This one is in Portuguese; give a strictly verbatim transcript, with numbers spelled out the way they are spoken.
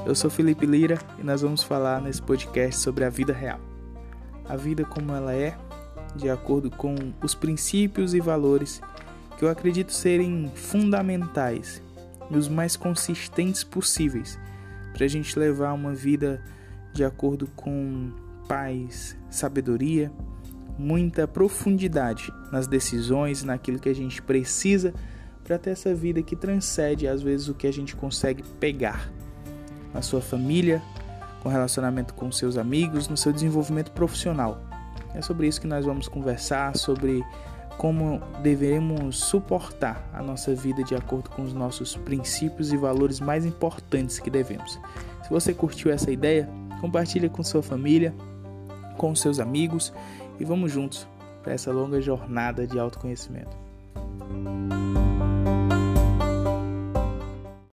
Eu sou Felipe Lira e nós vamos falar nesse podcast sobre a vida real. A vida como ela é, de acordo com os princípios e valores que eu acredito serem fundamentais e os mais consistentes possíveis para a gente levar uma vida de acordo com paz, sabedoria, muita profundidade nas decisões, naquilo que a gente precisa para ter essa vida que transcende às vezes o que a gente consegue pegar na sua família, com relacionamento com seus amigos, no seu desenvolvimento profissional. É sobre isso que nós vamos conversar, sobre como devemos suportar a nossa vida de acordo com os nossos princípios e valores mais importantes que devemos. Se você curtiu essa ideia, compartilhe com sua família, com seus amigos e vamos juntos para essa longa jornada de autoconhecimento.